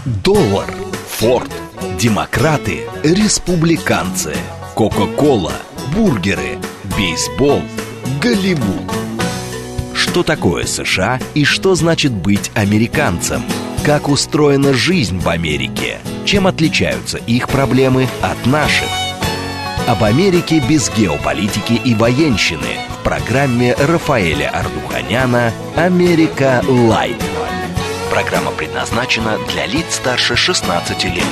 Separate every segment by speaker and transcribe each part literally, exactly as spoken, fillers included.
Speaker 1: Доллар, Форд, демократы, республиканцы, Кока-кола, бургеры, бейсбол, Голливуд. Что такое США и что значит быть американцем? Как устроена жизнь в Америке? Чем отличаются их проблемы от наших? Об Америке без геополитики и военщины в программе Рафаэля Ардуханяна «Америка Лайт». Программа предназначена для лиц старше шестнадцати лет.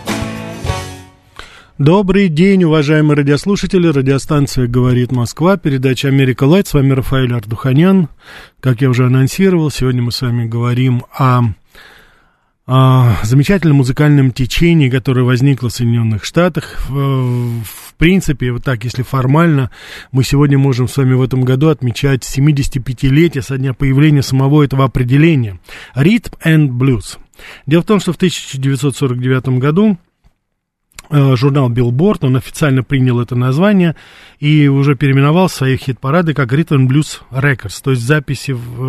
Speaker 2: Добрый день, уважаемые радиослушатели. Радиостанция «Говорит Москва», передача «Америка Лайт». С вами Рафаэль Ардуханян. Как я уже анонсировал, сегодня мы с вами говорим о, о замечательном музыкальном течении, которое возникло в Соединенных Штатах. В, в принципе, вот так, если формально, мы сегодня можем с вами в этом году отмечать семидесятипятилетие со дня появления самого этого определения. Rhythm and Blues. Дело в том, что в тысяча девятьсот сорок девятом году журнал Billboard, он официально принял это название и уже переименовал свои хит-парады как Rhythm and Blues Records, то есть записи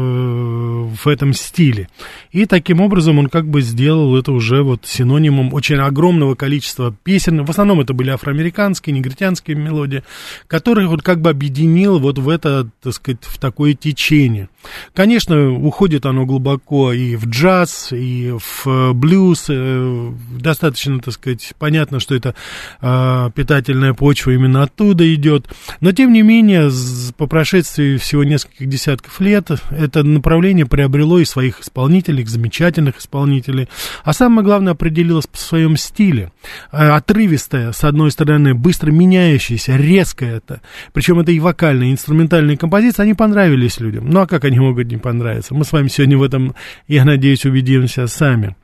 Speaker 2: в, в этом стиле. И таким образом он как бы сделал это уже вот синонимом очень огромного количества песен. В основном это были афроамериканские, негритянские мелодии, которые вот как бы объединил вот в это, так сказать, в такое течение. Конечно, уходит оно глубоко и в джаз, и в блюз. Достаточно, так сказать, понятно, что это э, питательная почва именно оттуда идет. Но, тем не менее, по прошествии всего нескольких десятков лет это направление приобрело и своих исполнителей, замечательных исполнителей. А самое главное, определилось по своем стиле. Э, отрывистое, с одной стороны, быстро меняющееся, резкое это. Причем это и вокальные, и инструментальные композиции, они понравились людям. Ну, а как они могут не понравиться? Мы с вами сегодня в этом, я надеюсь, убедимся сами.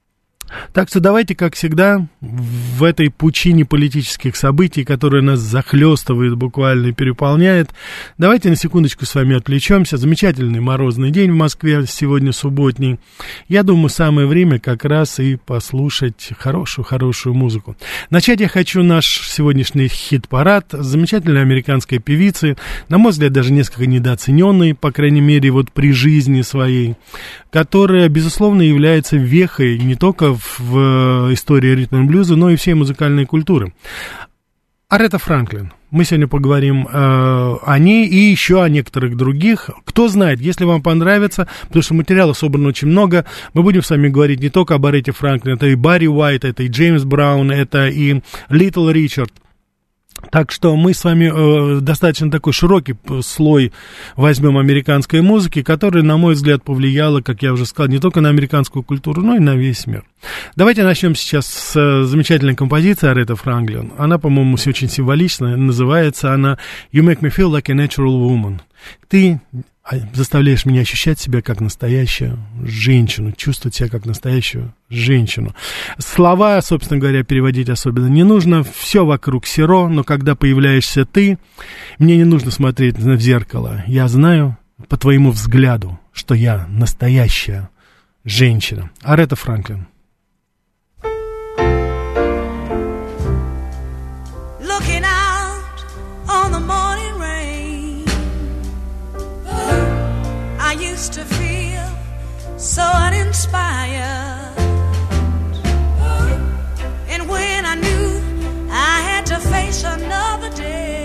Speaker 2: Так что давайте, как всегда, в этой пучине политических событий, которая нас захлестывает буквально и переполняет, давайте на секундочку с вами отвлечемся. Замечательный морозный день в Москве, сегодня субботний. Я думаю, самое время как раз и послушать хорошую-хорошую музыку. Начать я хочу наш сегодняшний хит-парад с замечательной американской певицы, на мой взгляд, даже несколько недооцененной, по крайней мере, вот при жизни своей, которая, безусловно, является вехой не только в в истории ритм-н-блюза, но и всей музыкальной культуры. Аретта Франклин. Мы сегодня поговорим э, о ней и еще о некоторых других. Кто знает, если вам понравится, потому что материала собрано очень много, мы будем с вами говорить не только об Аретте Франклин, это и Барри Уайт, это и Джеймс Браун, это и Литл Ричард. Так что мы с вами э, достаточно такой широкий слой возьмем американской музыки, которая, на мой взгляд, повлияла, как я уже сказал, не только на американскую культуру, но и на весь мир. Давайте начнем сейчас с э, замечательной композиции Аретты Франклин. Она, по-моему, очень символичная. Называется она «You make me feel like a natural woman». Ты заставляешь меня ощущать себя как настоящую женщину, чувствовать себя как настоящую женщину. Слова, собственно говоря, переводить особенно не нужно. Все вокруг серо, но когда появляешься ты, мне не нужно смотреть в зеркало. Я знаю по твоему взгляду, что я настоящая женщина. Аретта Франклин.
Speaker 3: I used to feel so uninspired, and when I knew I had to face another day,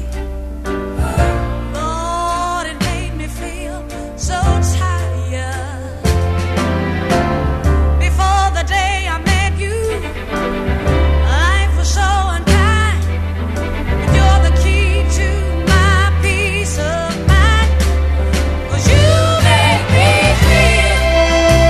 Speaker 3: Lord, it made me feel so tired. Before the day I met you, life was so unkind, but you're the key to my peace of mind. 'Cause you make me feel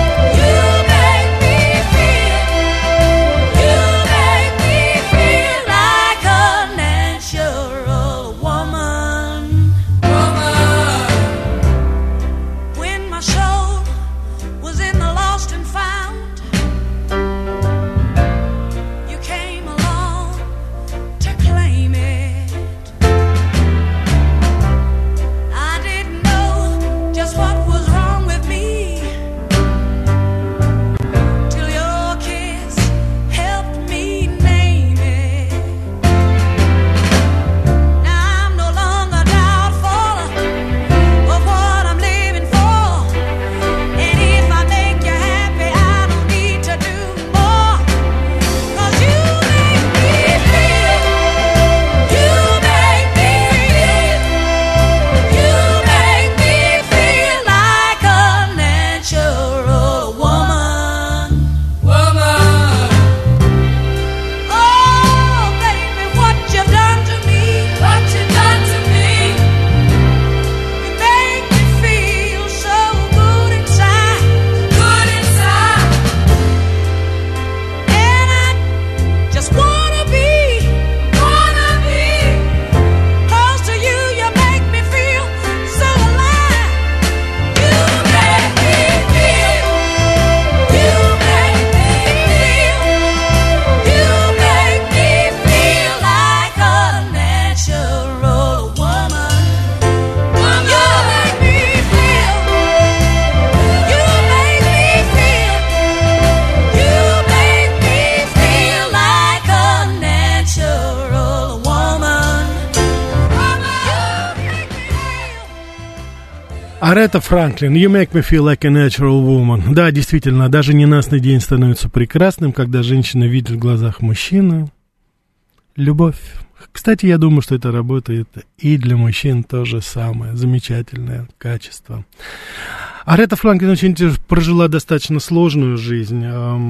Speaker 2: Аретта Франклин, You make me feel like a natural woman. Да, действительно, даже ненастный день становится прекрасным, когда женщина видит в глазах мужчины любовь. Кстати, я думаю, что это работает и для мужчин то же самое. Замечательное качество. Аретта Франклин очень прожила достаточно сложную жизнь.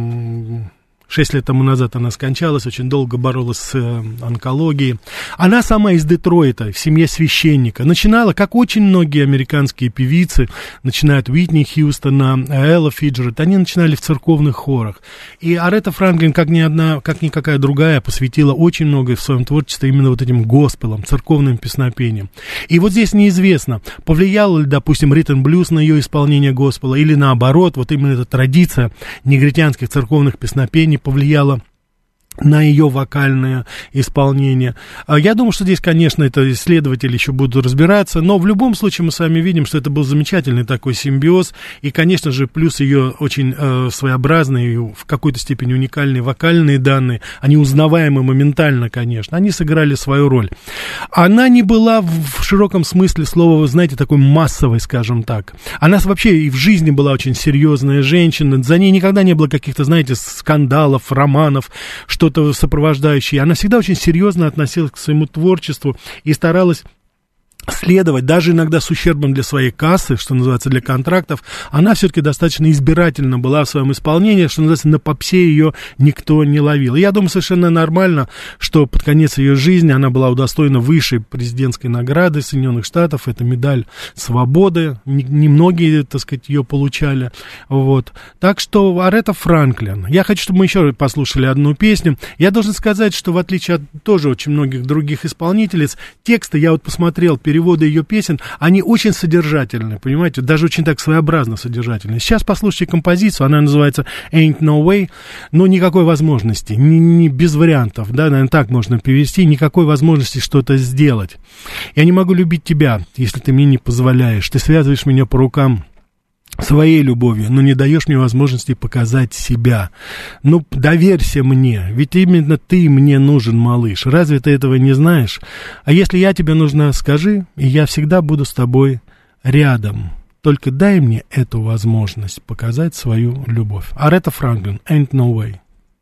Speaker 2: Шесть лет тому назад она скончалась, очень долго боролась с э, онкологией. Она сама из Детройта, в семье священника. Начинала, как очень многие американские певицы, начинают Уитни Хьюстона, Элла Фиджеральд, они начинали в церковных хорах. И Аретта Франклин, как ни одна, как никакая другая, посвятила очень многое в своем творчестве именно вот этим госпелам, церковным песнопениям. И вот здесь неизвестно, повлиял ли, допустим, ритм-блюз на ее исполнение госпела, или наоборот, вот именно эта традиция негритянских церковных песнопений повлияло на ее вокальное исполнение. Я думаю, что здесь, конечно, это исследователи еще будут разбираться, но в любом случае мы с вами видим, что это был замечательный такой симбиоз, и, конечно же, плюс ее очень э, своеобразные, в какой-то степени уникальные вокальные данные, они узнаваемы моментально, конечно, они сыграли свою роль. Она не была в широком смысле слова, вы знаете, такой массовой, скажем так. Она вообще и в жизни была очень серьезная женщина, за ней никогда не было каких-то, знаете, скандалов, романов, что что-то сопровождающее. Она всегда очень серьезно относилась к своему творчеству и старалась следовать, даже иногда с ущербом для своей кассы, что называется, для контрактов, она все-таки достаточно избирательна была в своем исполнении, что называется, на попсе ее никто не ловил. И я думаю, совершенно нормально, что под конец ее жизни она была удостоена высшей президентской награды Соединенных Штатов, это медаль свободы, немногие, так сказать, ее получали, вот. Так что Аретта Франклин. Я хочу, чтобы мы еще послушали одну песню. Я должен сказать, что в отличие от тоже очень многих других исполнительниц, тексты, я вот посмотрел переводы ее песен, они очень содержательные, понимаете, даже очень так своеобразно содержательные. Сейчас послушайте композицию, она называется Ain't No Way, но никакой возможности, не, не, без вариантов, да, наверное, так можно перевести, никакой возможности что-то сделать. Я не могу любить тебя, если ты мне не позволяешь, ты связываешь меня по рукам своей любовью, но не даешь мне возможности показать себя. Ну, доверься мне, ведь именно ты мне нужен, малыш. Разве ты этого не знаешь? А если я тебе нужна, скажи, и я всегда буду с тобой рядом. Только дай мне эту возможность показать свою любовь. Аретта Франклин, Ain't No Way.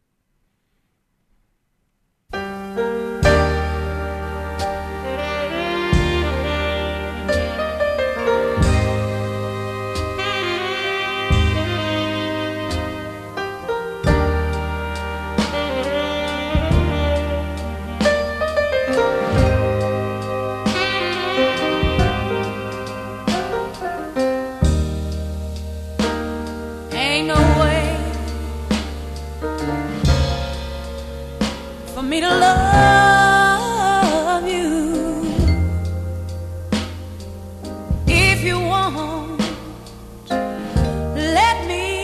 Speaker 3: Ain't no way for me to love you. If you want, let me.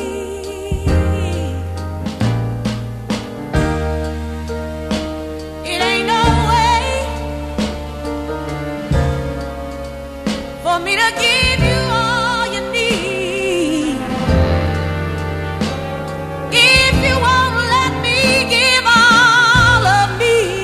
Speaker 3: It ain't no way for me to give you all you need. If you won't let me give all of me,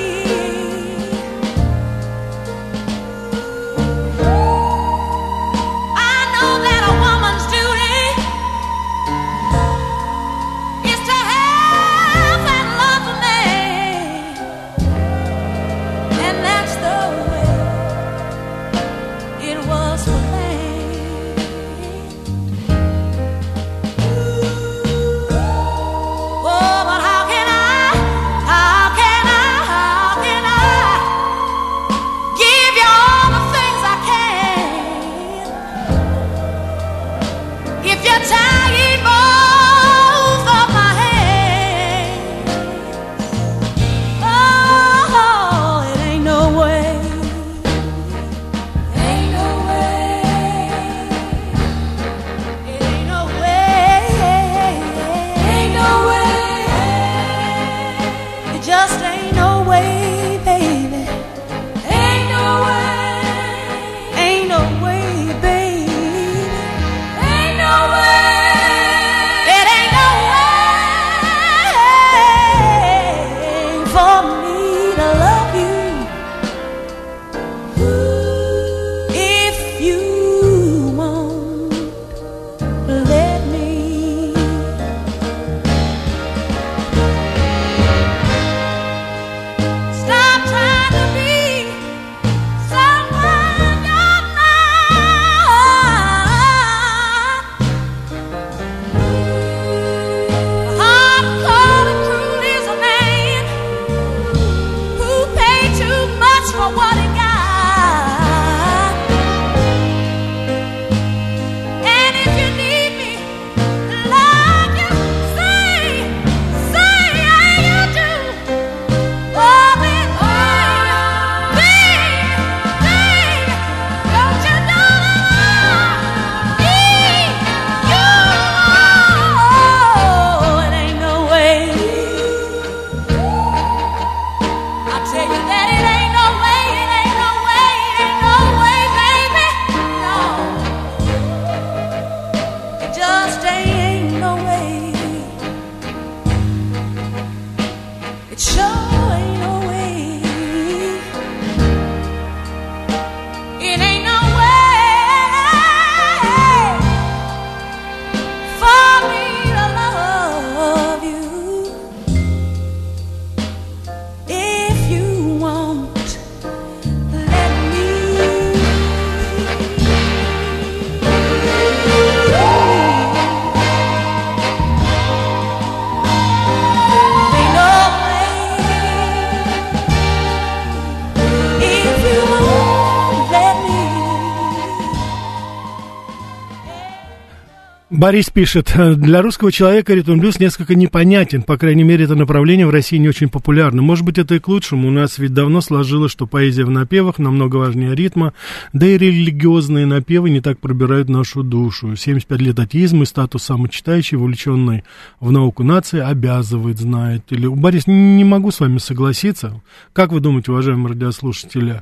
Speaker 2: Борис пишет, для русского человека ритм-блюз несколько непонятен, по крайней мере, это направление в России не очень популярно. Может быть, это и к лучшему, у нас ведь давно сложилось, что поэзия в напевах намного важнее ритма, да и религиозные напевы не так пробирают нашу душу. семьдесят пять лет атеизма и статус самочитающей, вовлеченной в науку нации, обязывает, знаете ли. Борис, не могу с вами согласиться. Как вы думаете, уважаемые радиослушатели,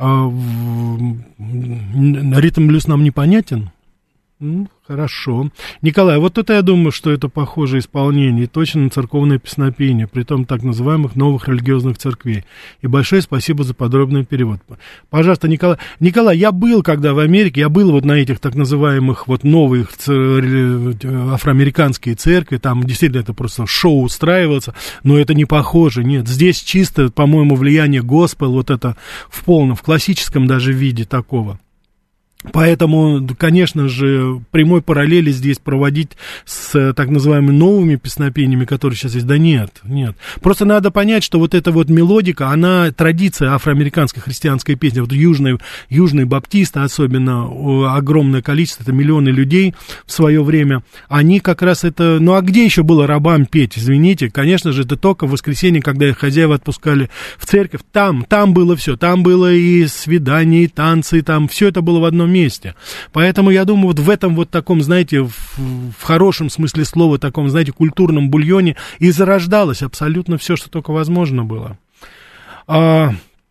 Speaker 2: ритм-блюз нам непонятен? Ну, хорошо. Николай, вот это я думаю, что это похожее исполнение, и точно на церковное песнопение, притом так называемых новых религиозных церквей. И большое спасибо за подробный перевод. Пожалуйста, Николай. Николай, я был, когда в Америке, я был вот на этих так называемых вот новых афроамериканские церкви, там действительно это просто шоу устраивается, но это не похоже, нет. Здесь чисто, по-моему, влияние госпел, вот это в полном, в классическом даже виде такого. Поэтому, конечно же, прямой параллели здесь проводить с так называемыми новыми песнопениями, которые сейчас есть, да нет, нет. Просто надо понять, что вот эта вот мелодика, она традиция афроамериканской христианской песни, вот южные, южные баптисты, особенно огромное количество, это миллионы людей в свое время, они как раз это, ну а где еще было рабам петь, извините, конечно же, это только в воскресенье, когда их хозяева отпускали в церковь, там, там было все, там было и свидания, и танцы, там все это было в одном месте. Поэтому я думаю, вот в этом вот таком, знаете, в, в хорошем смысле слова, таком, знаете, культурном бульоне и зарождалось абсолютно все, что только возможно было. А,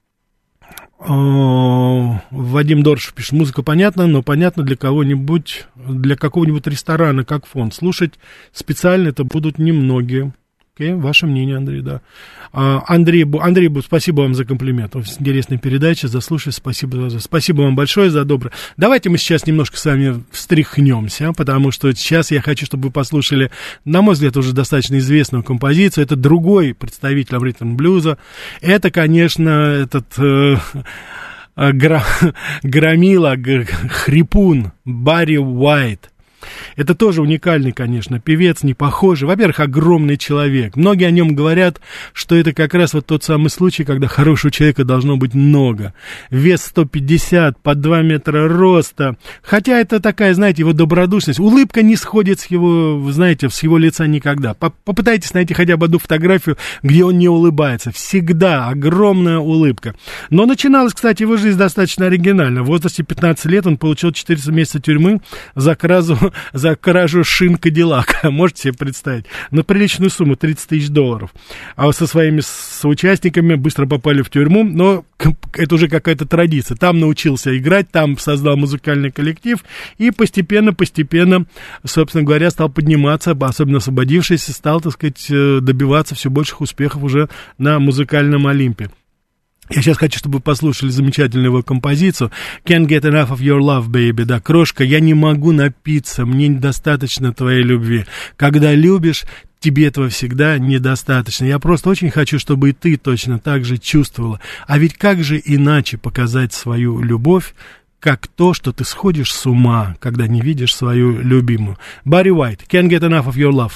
Speaker 2: а, Вадим Доршев пишет, музыка понятна, но понятно для кого-нибудь, для какого-нибудь ресторана, как фон. Слушать специально это будут немногие. Окей, okay, ваше мнение, Андрей, да. А, Андрей, Андрей, спасибо вам за комплимент. Интересная передача, заслушай, спасибо, спасибо вам большое за доброе. Давайте мы сейчас немножко с вами встряхнемся, потому что сейчас я хочу, чтобы вы послушали, на мой взгляд, уже достаточно известную композицию. Это другой представитель ритм-блюза. Это, конечно, этот э, гра, громила, хрипун Барри Уайт. Это тоже уникальный, конечно, певец, не похожий. Во-первых, огромный человек. Многие о нем говорят, что это как раз вот тот самый случай, когда хорошего человека должно быть много. Вес сто пятьдесят, по два метра роста. Хотя это такая, знаете, его добродушность. Улыбка не сходит с его, знаете, с его лица никогда. Попытайтесь найти хотя бы одну фотографию, где он не улыбается. Всегда огромная улыбка. Но начиналась, кстати, его жизнь достаточно оригинально. В возрасте пятнадцати лет он получил четыреста месяцев тюрьмы за кражу за кражу шин Кадиллака, можете себе представить, на приличную сумму, тридцать тысяч долларов. А со своими соучастниками быстро попали в тюрьму, но это уже какая-то традиция. Там научился играть, там создал музыкальный коллектив и постепенно-постепенно, собственно говоря, стал подниматься, особенно освободившись, стал, так сказать, добиваться все больших успехов уже на музыкальном Олимпе. Я сейчас хочу, чтобы вы послушали замечательную его композицию Can't get enough of your love, baby. Да, крошка, я не могу напиться, мне недостаточно твоей любви. Когда любишь, тебе этого всегда недостаточно. Я просто очень хочу, чтобы и ты точно так же чувствовала. А ведь как же иначе показать свою любовь, как то, что ты сходишь с ума, когда не видишь свою любимую. Барри Уайт, Can't get enough of your love.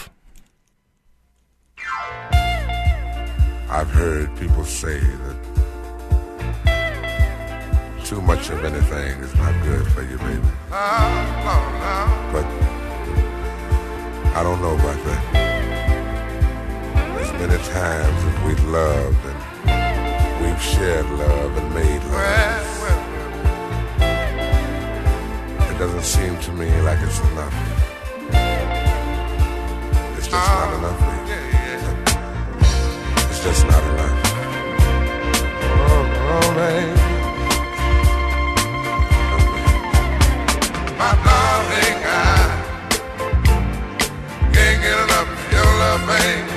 Speaker 4: I've heard people say that too much of anything is not good for you, baby. But I don't know about that. There's many times that we've loved and we've shared love and made love. It doesn't seem to me like it's enough. It's just not enough, baby. It's just not enough. Oh, oh, baby. My darling, I can't get enough of your love, babe.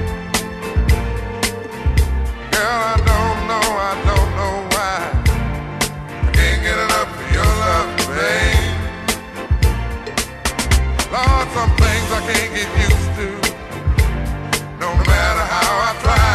Speaker 4: Girl, I don't know, I don't know why I can't get enough of your love, babe. Lord, some things I can't get used to, no matter how I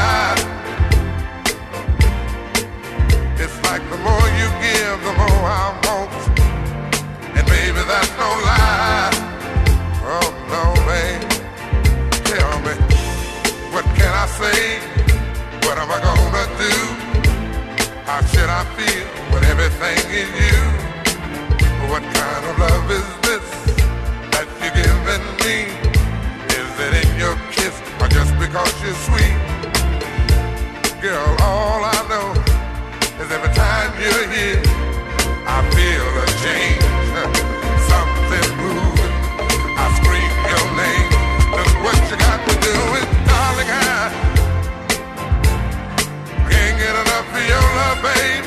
Speaker 4: try. It's like the more you give, the more I want. Baby, that's no lie. Oh, no, babe. Tell me, what can I say? What am I gonna do? How should I feel when everything is you? What kind of love is this that you give me? me? Is it in your kiss or just because you're sweet? Girl, all I know is every time you're here, I feel a change. Something moving, I scream your name. Look what you got me doing, darling. I can't get enough of your love, baby.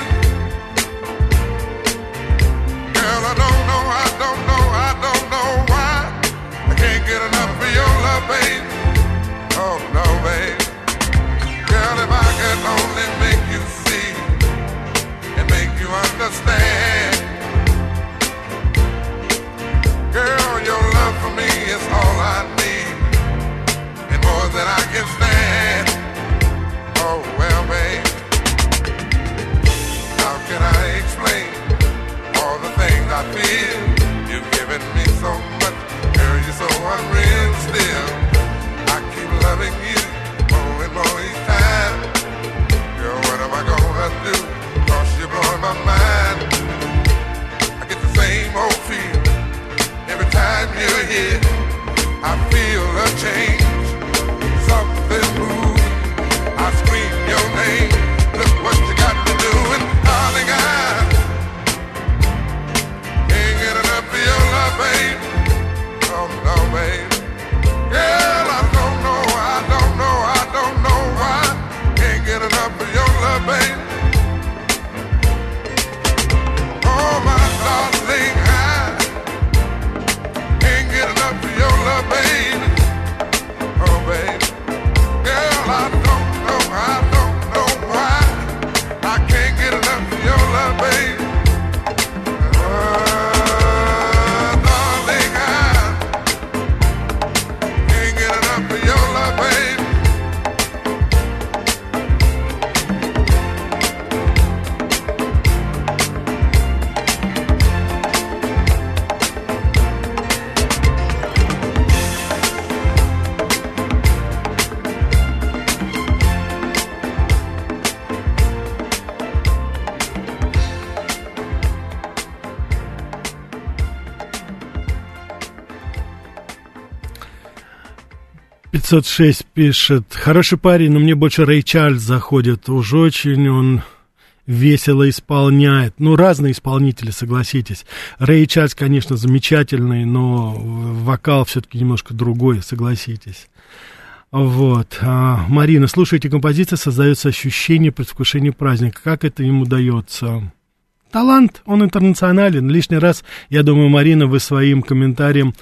Speaker 4: Girl, I don't know, I don't know, I don't know why I can't get enough of your love, baby. Oh no, baby. Girl, if I could only make you see and make you understand. Girl, your love for me is all I need and more than I can stand. Oh well, babe, how can I explain all the things I feel? You've given me so much, girl, you're so unreal still. I keep loving you more and more each time. Girl, what am I gonna do? Cause you're blowing my mind. I get the same old feel every time you're here. I feel a change, something moving. I scream your name. Look what you got me doing, darling. I can't get enough of your love, babe. Oh no, babe. Girl, I don't know, I don't know, I don't know why. Can't get enough of your love, babe. Oh my darling, I can't get enough of your love, baby. Oh baby. Girl, I don't know, I don't know why I can't get enough of your love, baby. Oh, darling, I can't get enough of your love, baby.
Speaker 2: пятьсот шесть пишет: хороший парень, но мне больше Рэй Чарльз заходит. Уж очень он весело исполняет. Ну, разные исполнители, согласитесь. Рэй Чарльз, конечно, замечательный, но вокал все-таки немножко другой, согласитесь. Вот. А, Марина, слушайте, композиция, создается ощущение предвкушения праздника. Как это ему дается? Талант, он интернационален. Лишний раз, я думаю, Марина, вы своим комментарием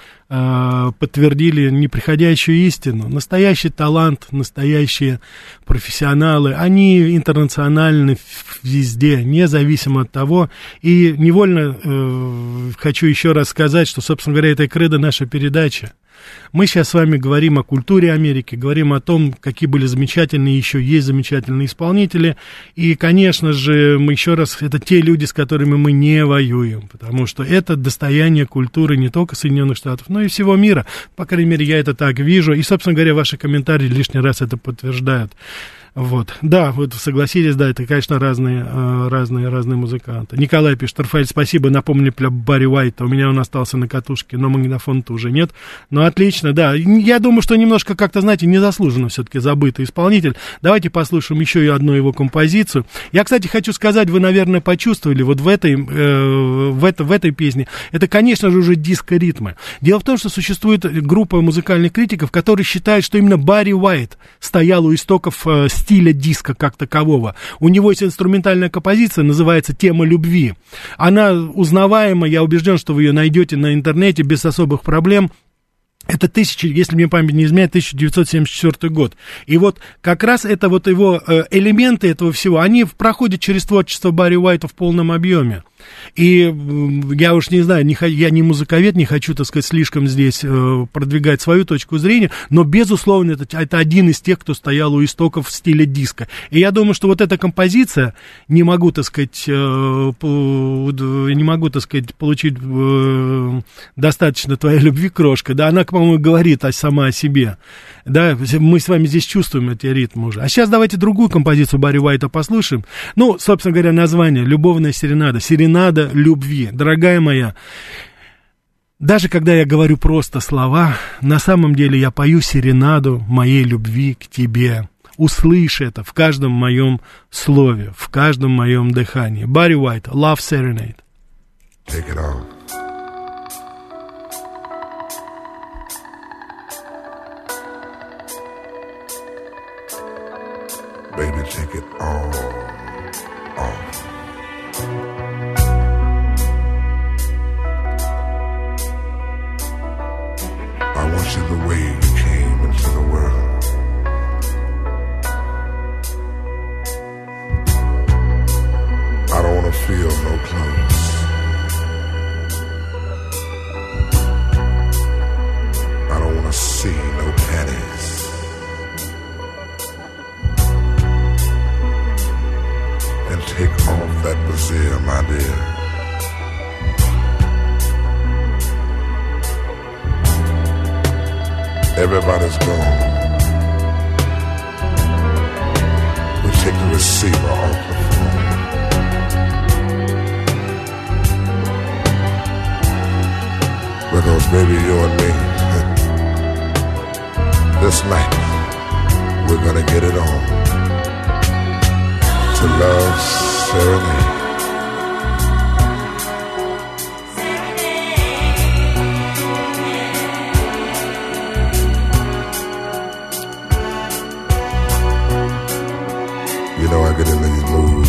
Speaker 2: э, подтвердили неприходящую истину. Настоящий талант, настоящие профессионалы, они интернациональны везде, независимо от того. И невольно э, хочу еще раз сказать, что, собственно говоря, это и кредо нашей передачи. Мы сейчас с вами говорим о культуре Америки, говорим о том, какие были замечательные, еще есть замечательные исполнители. И, конечно же, мы еще раз, это те люди, с которыми мы не воюем, потому что это достояние культуры не только Соединенных Штатов, но и всего мира. По крайней мере, я это так вижу. И, собственно говоря, ваши комментарии лишний раз это подтверждают. Вот, да, вот согласитесь, да, это, конечно, разные, разные, разные музыканты. Николай пишет: Рафаэль, спасибо, напомнили про Барри Уайта, у меня он остался на катушке, но магнитофона-то уже нет. Ну, отлично, да, я думаю, что немножко как-то, знаете, незаслуженно все-таки забытый исполнитель. Давайте послушаем еще и одну его композицию. Я, кстати, хочу сказать, вы, наверное, почувствовали вот в этой, э, в, это, в этой песне, это, конечно же, уже диско-ритмы. Дело в том, что существует группа музыкальных критиков, которые считают, что именно Барри Уайт стоял у истоков э, стиля диска как такового. У него есть инструментальная композиция, называется «Тема любви». Она узнаваема, я убежден, что вы ее найдете на интернете без особых проблем. Это тысяча, если мне память не изменяет, тысяча девятьсот семьдесят четвёртый год. И вот как раз это вот его э, элементы этого всего, они проходят через творчество Барри Уайта в полном объеме. И я уж не знаю, не, я не музыковед, не хочу, так сказать, слишком здесь э, продвигать свою точку зрения, но, безусловно, это, это один из тех, кто стоял у истоков в стиле диска. И я думаю, что вот эта композиция, не могу, так сказать, э, по, не могу, так сказать, получить э, достаточно твоей любви, крошка, да, она, по-моему, говорит о, сама о себе. Да, мы с вами здесь чувствуем эти ритмы уже. А сейчас давайте другую композицию Барри Уайта послушаем. Ну, собственно говоря, название «Любовная серенада». Серенада любви. Дорогая моя, Даже когда я говорю просто слова, на самом деле я пою серенаду моей любви к тебе. Услышь это в каждом моем слове, в каждом моем дыхании. Барри Уайт, Love Serenade.
Speaker 4: Take it off. Baby, take it all off. I want you the way you came into the world. I don't want to feel no clothes. I don't want to see no panties. And take off that brassiere, my dear. Everybody's gone. We take the receiver off the phone. Because baby, you and me, this night, we're gonna get it on. To Love Serenade. You know I get in these moods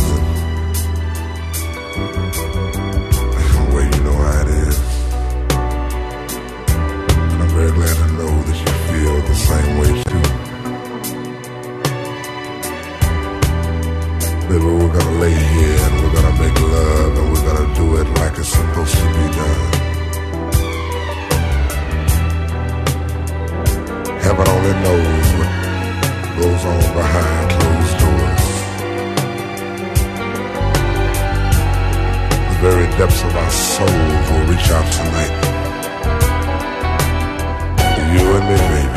Speaker 4: and well, you know how it is. And I'm very glad to know that you feel the same way too. Baby, we're gonna lay here and we're gonna make love and we're gonna do it like it's supposed to be done. Heaven only knows what goes on behind closed doors. The very depths of our souls will reach out tonight. You and me, baby.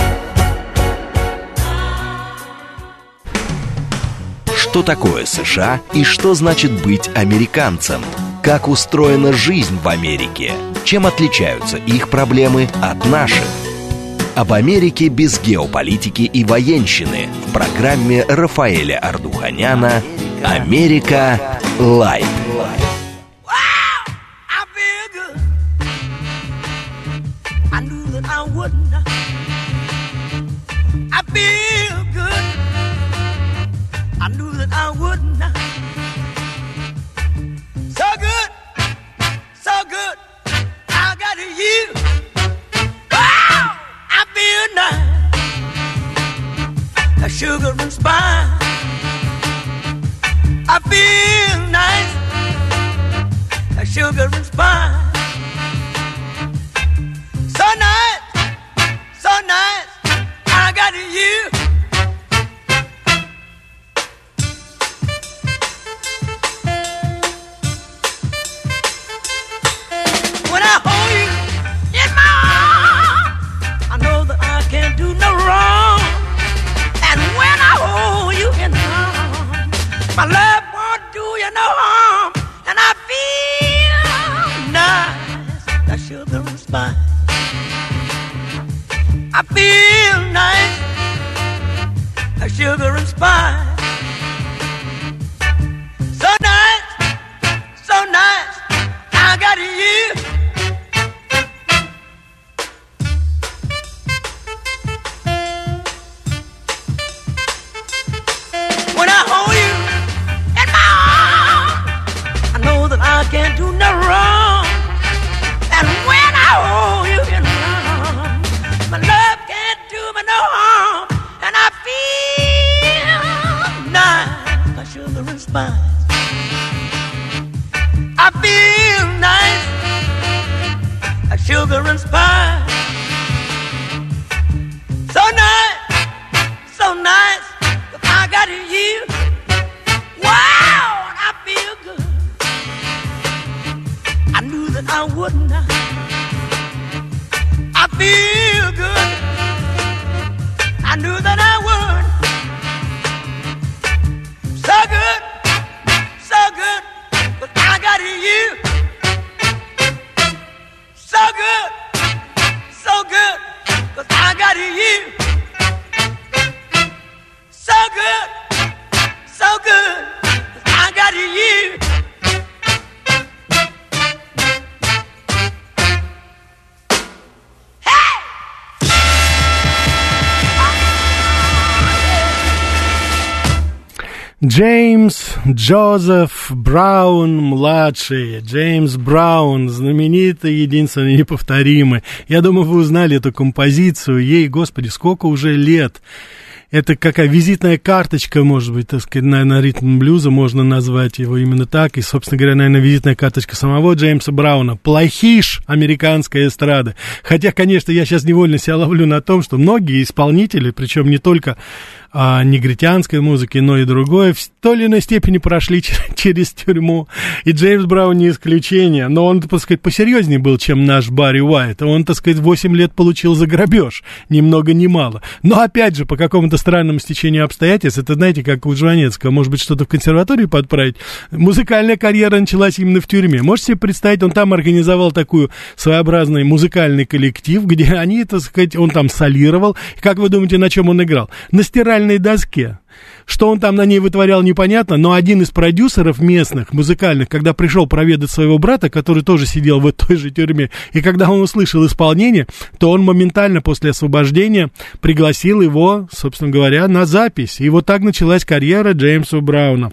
Speaker 1: Что такое США и что значит быть американцем? Как устроена жизнь в Америке? Чем отличаются их проблемы от наших? Об Америке без геополитики и военщины в программе Рафаэля Ардуханяна «Америка Лайв».
Speaker 3: I would not. So good, so good, I got you. Wow, I feel nice. A sugar and spice. I feel nice. A sugar and spice. So nice, so nice, I got you. My love won't do you no harm, and I feel nice, that sugar and spice. I feel nice, that sugar and spice. So nice, so nice, I got you. When I hold you I can't do no wrong, and when I hold you in my arms, my love can't do me no harm, and I feel nice, like sugar and spice. I feel nice, like sugar and spice. So nice, so nice, I got you. Wow, I feel good. I knew that I would not. I feel good. I knew that I would. So good, so good, but I got you. So good.
Speaker 2: Джеймс Джозеф Браун-младший, Джеймс Браун, знаменитый, единственный, неповторимый. Я думаю, вы узнали эту композицию. Ей, господи, сколько уже лет. Это какая визитная карточка, может быть, так сказать, наверное, ритм-блюза, можно назвать его именно так. И, собственно говоря, наверное, визитная карточка самого Джеймса Брауна. Плохиш американской эстрады. Хотя, конечно, я сейчас невольно себя ловлю на том, что многие исполнители, причем не только а, негритянской музыки, но и другое, в той или иной степени прошли через тюрьму. И Джеймс Браун не исключение. Но он, так сказать, посерьезнее был, чем наш Барри Уайт. Он, так сказать, восемь лет получил за грабеж. Ни много ни мало. Но, опять же, по какому-то странному стечению обстоятельств, это, знаете, как у Жванецкого, может быть, что-то в консерватории подправить. Музыкальная карьера началась именно в тюрьме. Можете себе представить, он там организовал такую своеобразный музыкальный коллектив, где они, так сказать, он там солировал. Как вы думаете, на чем он играл? На стиральной доске. Что он там на ней вытворял, непонятно, но один из продюсеров местных, музыкальных, когда пришел проведать своего брата, который тоже сидел в той же тюрьме, и когда он услышал исполнение, то он моментально после освобождения пригласил его, собственно говоря, на запись. И вот так началась карьера Джеймса Брауна.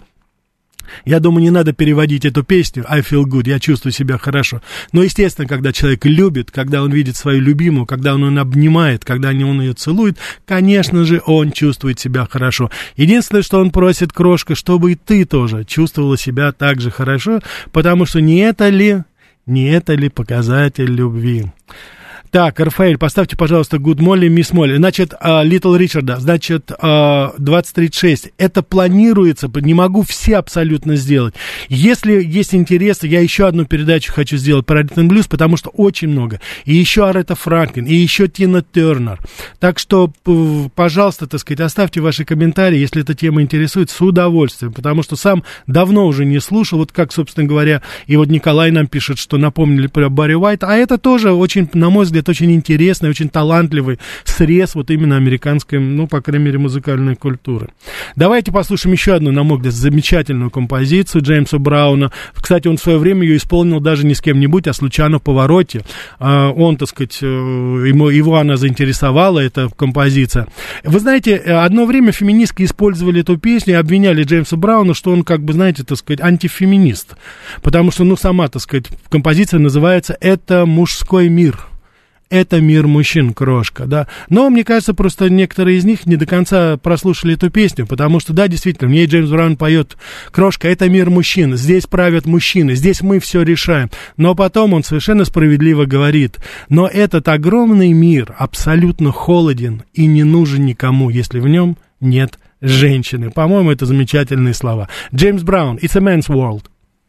Speaker 2: Я думаю, не надо переводить эту песню I feel good, я чувствую себя хорошо. Но, естественно, когда человек любит, когда он видит свою любимую, когда он ее обнимает, когда он ее целует, конечно же, он чувствует себя хорошо. Единственное, что он просит, крошка, чтобы и ты тоже чувствовала себя так же хорошо, потому что не это ли, не это ли показатель любви? Так, Рафаэль, поставьте, пожалуйста, Good Molly, Miss Molly. Значит, Little Richard, значит, двадцать тридцать шесть. Это планируется, не могу все абсолютно сделать. Если есть интерес, я еще одну передачу хочу сделать про Rhythm and Blues, потому что очень много. И еще Аретта Франклин, и еще Тина Тернер. Так что, пожалуйста, так сказать, оставьте ваши комментарии, если эта тема интересует, с удовольствием, потому что сам давно уже не слушал, вот как, собственно говоря, и вот Николай нам пишет, что напомнили про Барри Уайта, а это тоже очень, на мой взгляд, это очень интересный, очень талантливый срез вот именно американской, ну, по крайней мере, музыкальной культуры. Давайте послушаем еще одну, на мой взгляд, замечательную композицию Джеймса Брауна. Кстати, он в свое время ее исполнил даже не с кем-нибудь, а случайно в Повороте. Он, так сказать, ему, его она заинтересовала, эта композиция. Вы знаете, одно время феминистки использовали эту песню и обвиняли Джеймса Брауна, что он, как бы, знаете, так сказать, антифеминист. Потому что, ну, сама, так сказать, композиция называется «Это мужской мир». Это мир мужчин, крошка, да. Но, мне кажется, просто некоторые из них не до конца прослушали эту песню, потому что, да, действительно, мне Джеймс Браун поет: крошка, это мир мужчин, здесь правят мужчины, здесь мы все решаем. Но потом он совершенно справедливо говорит: но этот огромный мир абсолютно холоден и не нужен никому, если в нем нет женщины. По-моему, это замечательные слова. Джеймс Браун, It's a Man's World.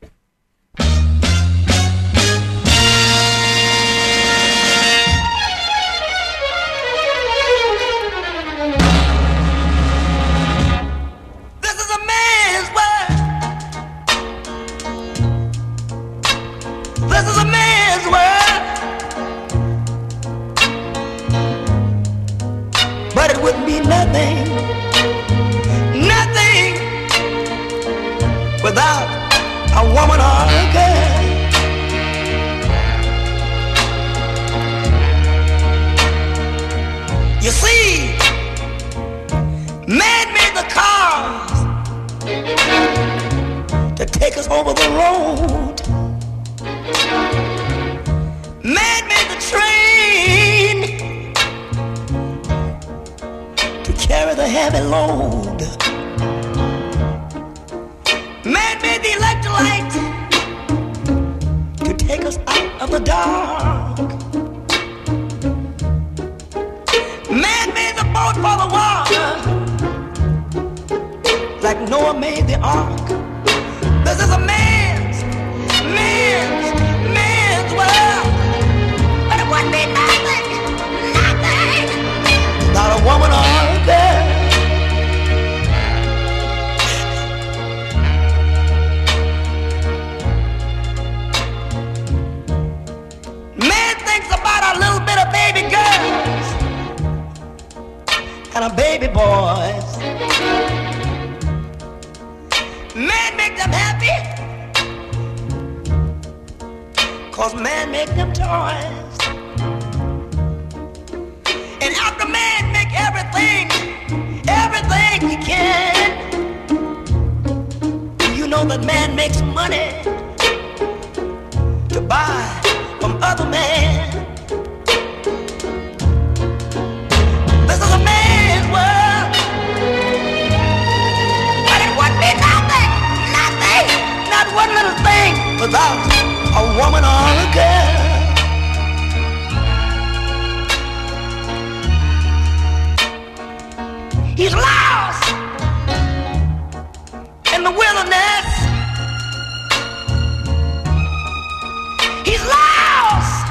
Speaker 3: Without a woman or a girl, you see, man made the cars to take us over the road. Man made the train to carry the heavy load. Man made the electric light to take us out of the dark. Man made the boat for the water, like Noah made the ark. This is a man's, man's, man's world. But it wouldn't be nothing, nothing without a woman or a girl. And a baby boys, man make them happy, cause man make them toys. And after man make everything, everything he can, man makes money to buy from other men. This is a man's world, but it wouldn't be nothing, nothing, not one little thing without a woman or a girl. He's lost in the wilderness. He's lost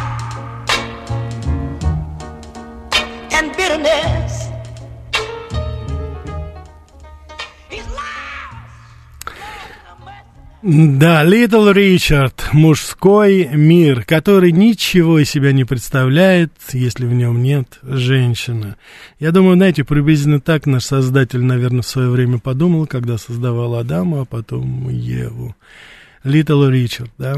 Speaker 3: in bitterness. He's lost.
Speaker 2: Да, Little Richard, мужской мир, который ничего из себя не представляет, если в нем нет женщины. Я думаю, знаете, приблизительно так наш создатель, наверное, в свое время подумал, когда создавал Адама, а потом Еву. Little Richard, да.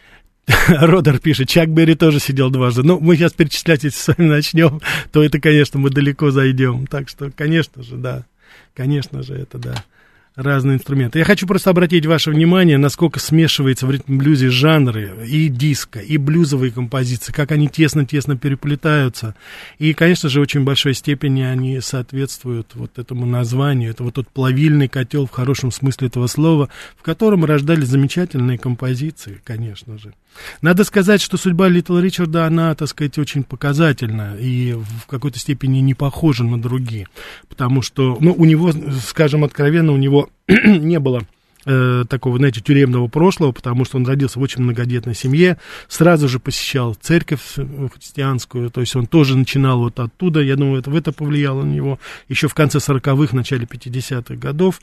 Speaker 2: Родер пишет, Чак Берри тоже сидел дважды. Ну, мы сейчас перечислять, если с вами начнем, то это, конечно, мы далеко зайдем. Так что, конечно же, да, конечно же, это да. Разные инструменты. Я хочу просто обратить ваше внимание, насколько смешивается в ритм-блюзе жанры, и диско, и блюзовые композиции, как они тесно-тесно переплетаются. И, конечно же, в очень большой степени они соответствуют вот этому названию. Это вот тот плавильный котел в хорошем смысле этого слова, в котором рождались замечательные композиции, конечно же. Надо сказать, что судьба Литл Ричарда, она, так сказать, очень показательна и в какой-то степени не похожа на другие, потому что, ну, у него, скажем откровенно, у него не было э, такого, знаете, тюремного прошлого, потому что он родился в очень многодетной семье, сразу же посещал церковь христианскую, то есть он тоже начинал вот оттуда, я думаю, это, это повлияло на него еще в конце сороковых, начале пятидесятых годов.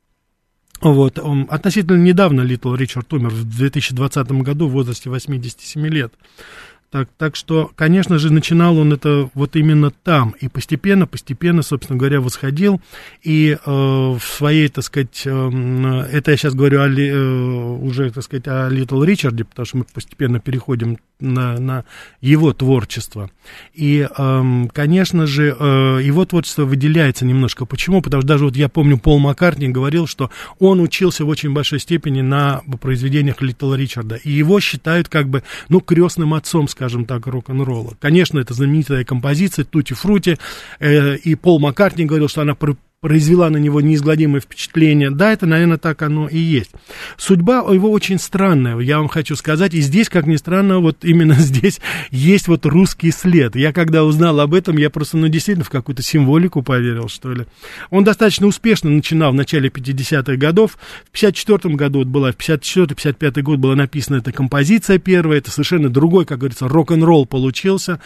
Speaker 2: Вот, он, относительно недавно Литл Ричард умер, в две тысячи двадцатом году в возрасте восьмидесяти семи лет. Так, так что, конечно же, начинал он это вот именно там, и постепенно, постепенно, собственно говоря, восходил, и э, в своей, так сказать, э, это я сейчас говорю о, э, уже, так сказать, о Литл Ричарде, потому что мы постепенно переходим на, на его творчество, и, э, конечно же, э, его творчество выделяется немножко. Почему? Потому что даже вот я помню, Пол Маккартни говорил, что он учился в очень большой степени на произведениях Литл Ричарда, и его считают как бы, ну, крестным отцом, скажем так, рок-н-ролла. Конечно, это знаменитая композиция «Тути Фрути», э, и Пол Маккартни говорил, что она пр- произвела на него неизгладимое впечатление. Да, это, наверное, так оно и есть. Судьба его очень странная, я вам хочу сказать, и здесь, как ни странно, вот именно здесь есть вот русский след. Я когда узнал об этом, я просто, ну, действительно в какую-то символику поверил, что ли. Он достаточно успешно начинал в начале пятидесятых годов. В пятьдесят четвёртом году вот была, в пятьдесят четвёртый — пятьдесят пятый год была написана эта композиция первая, это совершенно другой, как говорится, рок-н-ролл получился,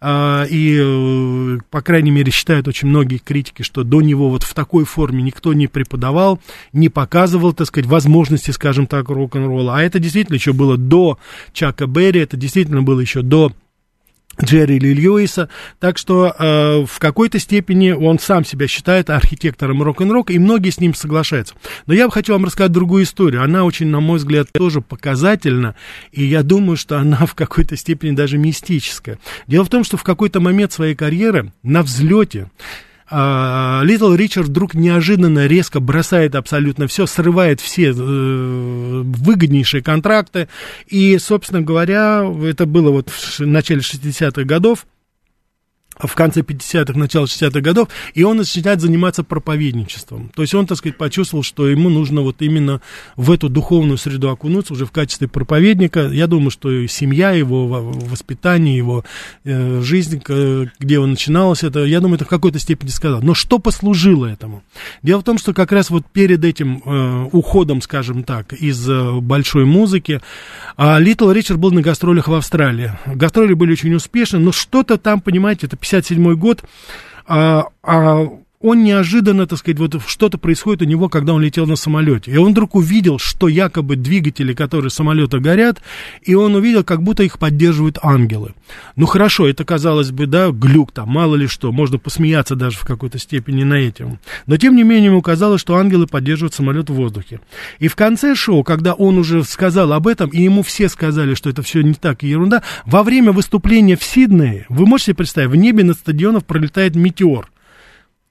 Speaker 2: и, по крайней мере, считают очень многие критики, что до него вот в такой форме никто не преподавал, не показывал, так сказать, возможности, скажем так, рок-н-ролла. А это действительно еще было до Чака Берри, это действительно было еще до Джерри Ли Льюиса, так что э, в какой-то степени он сам себя считает архитектором рок-н-ролла, и многие с ним соглашаются. Но я бы хотел вам рассказать другую историю. Она очень, на мой взгляд, тоже показательна, и я думаю, что она в какой-то степени даже мистическая. Дело в том, что в какой-то момент своей карьеры, на взлете, Литл Ричард вдруг неожиданно резко бросает абсолютно все, срывает все э, выгоднейшие контракты, и, собственно говоря, это было вот в начале шестидесятых годов, в конце пятидесятых, начало шестидесятых годов, и он начинает заниматься проповедничеством. То есть он, так сказать, почувствовал, что ему нужно вот именно в эту духовную среду окунуться уже в качестве проповедника. Я думаю, что и семья его, воспитание его, э, жизнь, где он начиналась, это, я думаю, это в какой-то степени сказал. Но что послужило этому? Дело в том, что как раз вот перед этим э, уходом, скажем так, из э, большой музыки, э, Литл Ричард был на гастролях в Австралии. Гастроли были очень успешны, но что-то там, понимаете, это пятьдесят седьмой год, а, а он неожиданно, так сказать, вот что-то происходит у него, когда он летел на самолете. И он вдруг увидел, что якобы двигатели, которые самолета горят, и он увидел, как будто их поддерживают ангелы. Ну хорошо, это, казалось бы, да, глюк там, мало ли что, можно посмеяться даже в какой-то степени на этом. Но тем не менее ему казалось, что ангелы поддерживают самолет в воздухе. И в конце шоу, когда он уже сказал об этом, и ему все сказали, что это все не так и ерунда, во время выступления в Сиднее, вы можете представить, в небе над стадионом пролетает метеор.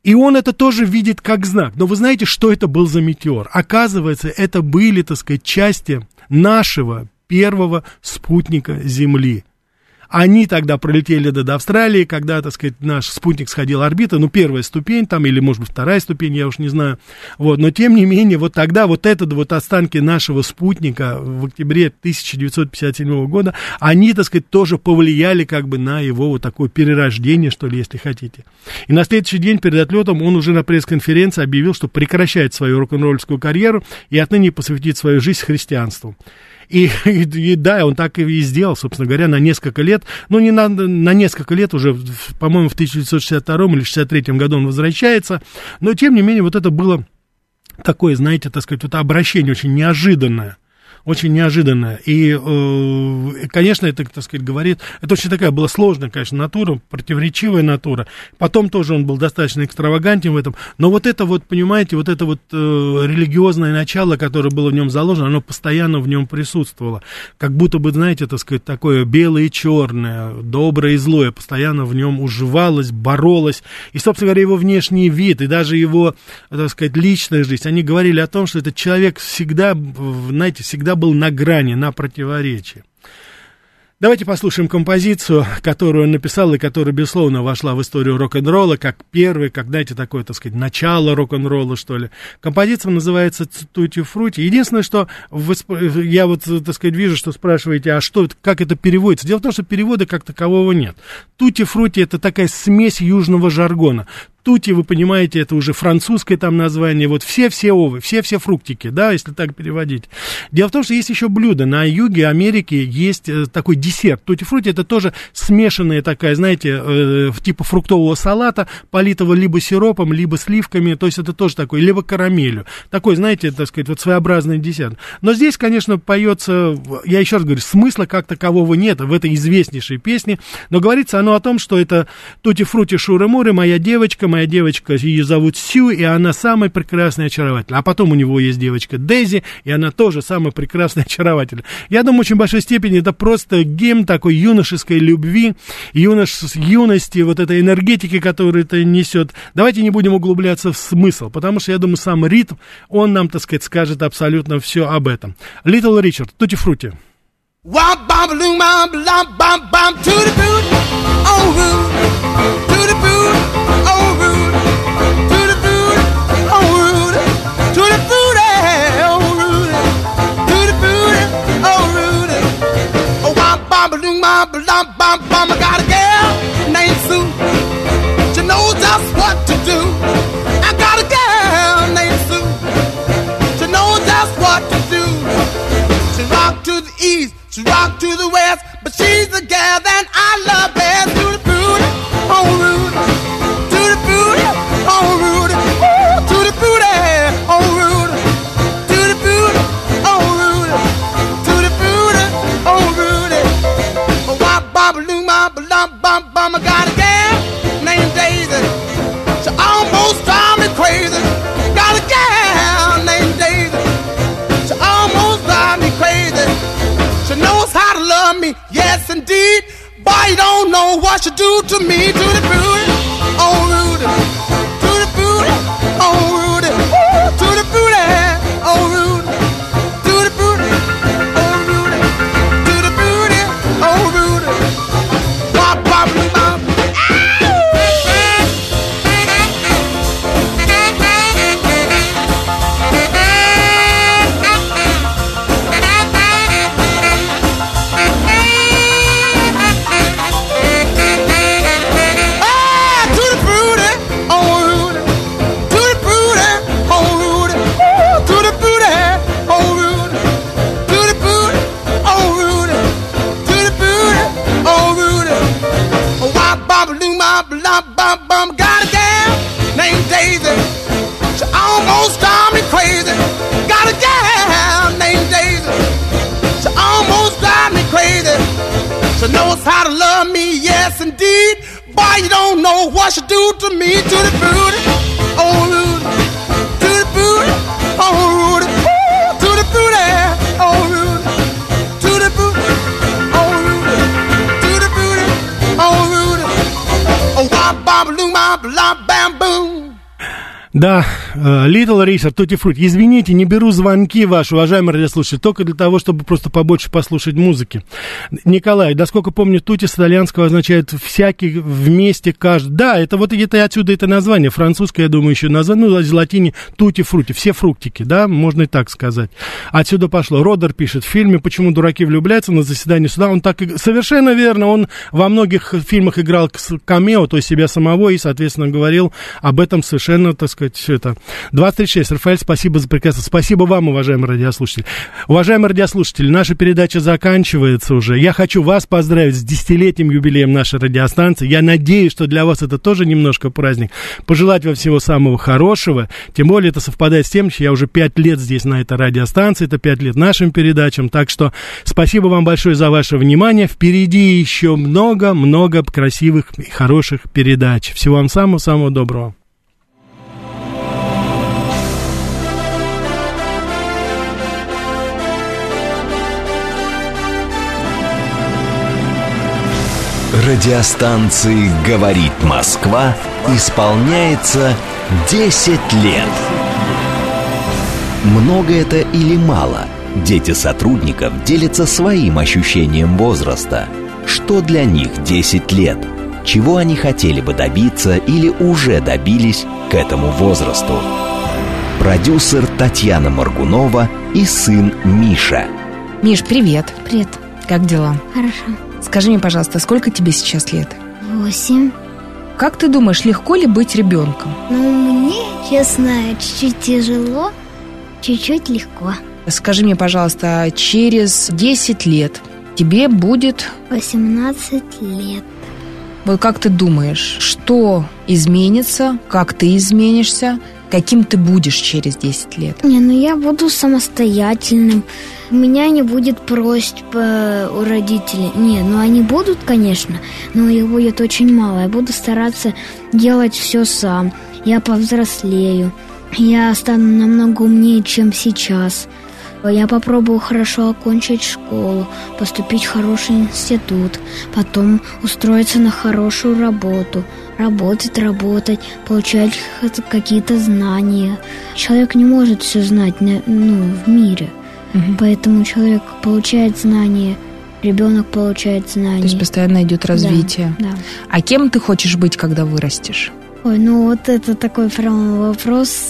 Speaker 2: И он это тоже видит как знак. Но вы знаете, что это был за метеор? Оказывается, это были, так сказать, части нашего первого спутника Земли. Они тогда пролетели до, до Австралии, когда, так сказать, наш спутник сходил орбита, ну, первая ступень там, или, может быть, вторая ступень, я уж не знаю, вот, но, тем не менее, вот тогда вот этот вот останки нашего спутника в октябре тысяча девятьсот пятьдесят седьмого года, они, так сказать, тоже повлияли как бы на его вот такое перерождение, что ли, если хотите. И на следующий день перед отлетом он уже на пресс-конференции объявил, что прекращает свою рок-н-ролльскую карьеру и отныне посвятит свою жизнь христианству. И, и, и да, он так и сделал, собственно говоря, на несколько лет, ну, не на, на несколько лет, уже, по-моему, в тысяча девятьсот шестьдесят втором или шестьдесят третьем году он возвращается, но, тем не менее, вот это было такое, знаете, так сказать, вот обращение очень неожиданное. Очень неожиданно. И, э, конечно, это, так сказать, говорит... Это очень такая была сложная, конечно, натура, противоречивая натура. Потом тоже он был достаточно экстравагантен в этом. Но вот это вот, понимаете, вот это вот э, религиозное начало, которое было в нем заложено, оно постоянно в нем присутствовало. Как будто бы, знаете, так сказать, такое белое и черное, доброе и злое, постоянно в нем уживалось, боролось. И, собственно говоря, его внешний вид, и даже его, так сказать, личная жизнь, они говорили о том, что этот человек всегда, знаете, всегда был на грани, на противоречии. Давайте послушаем композицию, которую он написал и которая, безусловно, вошла в историю рок-н-ролла, как первый, как, знаете, такое, так сказать, начало рок-н-ролла, что ли. Композиция называется «Тути Фрути». Единственное, что вы, я вот, так сказать, вижу, что спрашиваете, а что, как это переводится? Дело в том, что перевода как такового нет. «Тути Фрути» — это такая смесь южного жаргона. Тути, вы понимаете, это уже французское там название, вот все-все овы, все-все фруктики, да, если так переводить. Дело в том, что есть еще блюдо, на юге Америки есть э, такой десерт, тути-фрути, это тоже смешанная такая, знаете, э, типа фруктового салата, политого либо сиропом, либо сливками, то есть это тоже такой, либо карамелью, такой, знаете, так сказать, вот своеобразный десерт. Но здесь, конечно, поется, я еще раз говорю, смысла как такового нет в этой известнейшей песне, но говорится оно о том, что это тути-фрути шуры-муры, моя девочка, моя девочка, ее зовут Сью, и она самая прекрасная и очаровательная. А потом у него есть девочка Дейзи, и она тоже самая прекрасная и очаровательная. Я думаю, в очень большой степени это просто гимн такой юношеской любви, юнош... юности, вот этой энергетики, которую это несет. Давайте не будем углубляться в смысл, потому что, я думаю, сам ритм, он нам, так сказать, скажет абсолютно все об этом. Little Richard, Tutti Frutti.
Speaker 3: I got a girl named Sue. She knows just what to do. I got a girl named Sue. She knows just what to do. She rock to the east, she rock to the west, but she's the gal that I love best. To the booty, oh Rudy. To the booty, oh Rudy. Ooh, to the booty, oh Rudy. To the booty, oh Rudy. To the booty, oh Rudy. I got a gal named Daisy. She almost drives me crazy. Got a gal named Daisy. She almost drives me crazy. She knows how to love me, yes indeed. Boy, you don't know what she do to me. To the booty, oh Rudy. To the booty, oh Rudy. Ooh, to the booty, oh Rudy. To the booty, oh Rudy. To the booty, oh Rudy. Bop, bop, bop. Got a gal named Daisy. She almost drives me crazy. Got a gal named Daisy. She almost drives me crazy. She knows how to love me, yes indeed. Boy, you don't know what she do to me. To the booty, oh Rudy. To the booty, oh Rudy. Ooh, to the booty, oh Rudy. To the booty, oh Rudy. To the booty, oh Rudy. Oh, wop, bop, loom, bop, lop, bam, boom.
Speaker 2: Да, Little Richard, Tutti Frutti. Извините, не беру звонки ваши, уважаемые радиослушатели, только для того, чтобы просто побольше послушать музыки. Николай, да сколько помню, Тути с итальянского означает всякий, вместе, каждый. Да, это вот это отсюда это название, французское, я думаю, еще название, ну, из латини Tutti Frutti, все фруктики, да, можно и так сказать. Отсюда пошло. Родер пишет в фильме «Почему дураки влюбляются» на заседании суда, он так, и... совершенно верно, он во многих фильмах играл камео, то есть себя самого, и, соответственно, говорил об этом совершенно, так сказать, все это. двадцать тридцать шесть. Рафаэль, спасибо за прекрасно. Спасибо вам, уважаемые радиослушатели. Уважаемые радиослушатели, наша передача заканчивается уже. Я хочу вас поздравить с десятилетием юбилеем нашей радиостанции. Я надеюсь, что для вас это тоже немножко праздник. Пожелать вам всего самого хорошего. Тем более это совпадает с тем, что я уже пять лет здесь на этой радиостанции. Это пять лет нашим передачам. Так что спасибо вам большое за ваше внимание. Впереди еще много-много красивых и хороших передач. Всего вам самого-самого доброго.
Speaker 1: Радиостанции «Говорит Москва» исполняется десять лет. Много это или мало? Дети сотрудников делятся своим ощущением возраста. Что для них десять лет? Чего они хотели бы добиться или уже добились к этому возрасту? Продюсер Татьяна Моргунова и сын Миша.
Speaker 5: Миш, привет.
Speaker 6: Привет.
Speaker 5: Как дела?
Speaker 6: Хорошо.
Speaker 5: Скажи мне, пожалуйста, сколько тебе сейчас лет?
Speaker 6: Восемь.
Speaker 5: Как ты думаешь, легко ли быть ребенком?
Speaker 6: Ну, мне, честно, чуть-чуть тяжело, чуть-чуть легко.
Speaker 5: Скажи мне, пожалуйста, через десять лет тебе будет...
Speaker 6: восемнадцать лет.
Speaker 5: Вот как ты думаешь, что изменится, как ты изменишься, каким ты будешь через десять лет?
Speaker 6: Не, ну я буду самостоятельным. У меня не будет просьб у родителей. Не, ну они будут, конечно, но их будет очень мало. Я буду стараться делать все сам. Я повзрослею. Я стану намного умнее, чем сейчас. Я попробую хорошо окончить школу, поступить в хороший институт, потом устроиться на хорошую работу, работать, работать, получать какие-то знания. Человек не может все знать, ну, в мире, угу. Поэтому человек получает знания, ребенок получает знания.
Speaker 5: То есть постоянно идет развитие.
Speaker 6: Да, да.
Speaker 5: А кем ты хочешь быть, когда вырастешь?
Speaker 6: Ой, ну вот это такой прям вопрос.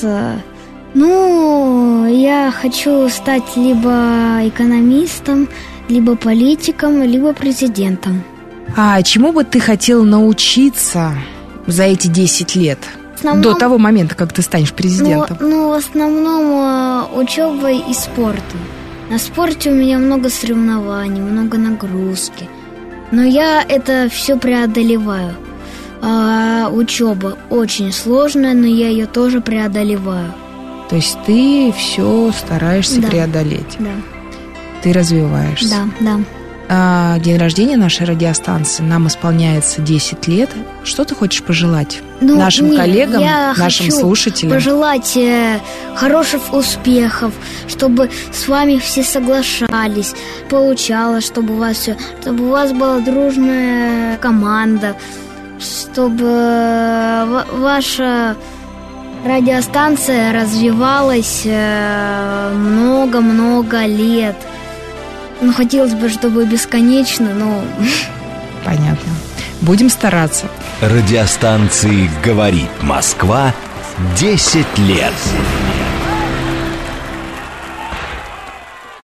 Speaker 6: Ну, я хочу стать либо экономистом, либо политиком, либо президентом.
Speaker 5: А чему бы ты хотел научиться за эти десять лет? Основном, до того момента, как ты станешь президентом?
Speaker 6: Ну, ну в основном учебой и спортом. На спорте у меня много соревнований, много нагрузки. Но я это все преодолеваю. А учеба очень сложная, но я ее тоже преодолеваю.
Speaker 5: То есть ты все стараешься
Speaker 6: да.
Speaker 5: преодолеть?
Speaker 6: Да.
Speaker 5: Ты развиваешься?
Speaker 6: Да, да.
Speaker 5: А, день рождения нашей радиостанции, нам исполняется десять лет. Что ты хочешь пожелать
Speaker 6: ну,
Speaker 5: нашим
Speaker 6: нет,
Speaker 5: коллегам,
Speaker 6: я
Speaker 5: нашим
Speaker 6: хочу
Speaker 5: слушателям?
Speaker 6: Пожелать э, хороших успехов, чтобы с вами все соглашались, получалось, чтобы у вас все, чтобы у вас была дружная команда, чтобы ваша радиостанция развивалась много-много лет. Ну, хотелось бы, чтобы бесконечно, но...
Speaker 5: Понятно. Будем стараться.
Speaker 1: Радиостанции «Говорит Москва» десять лет.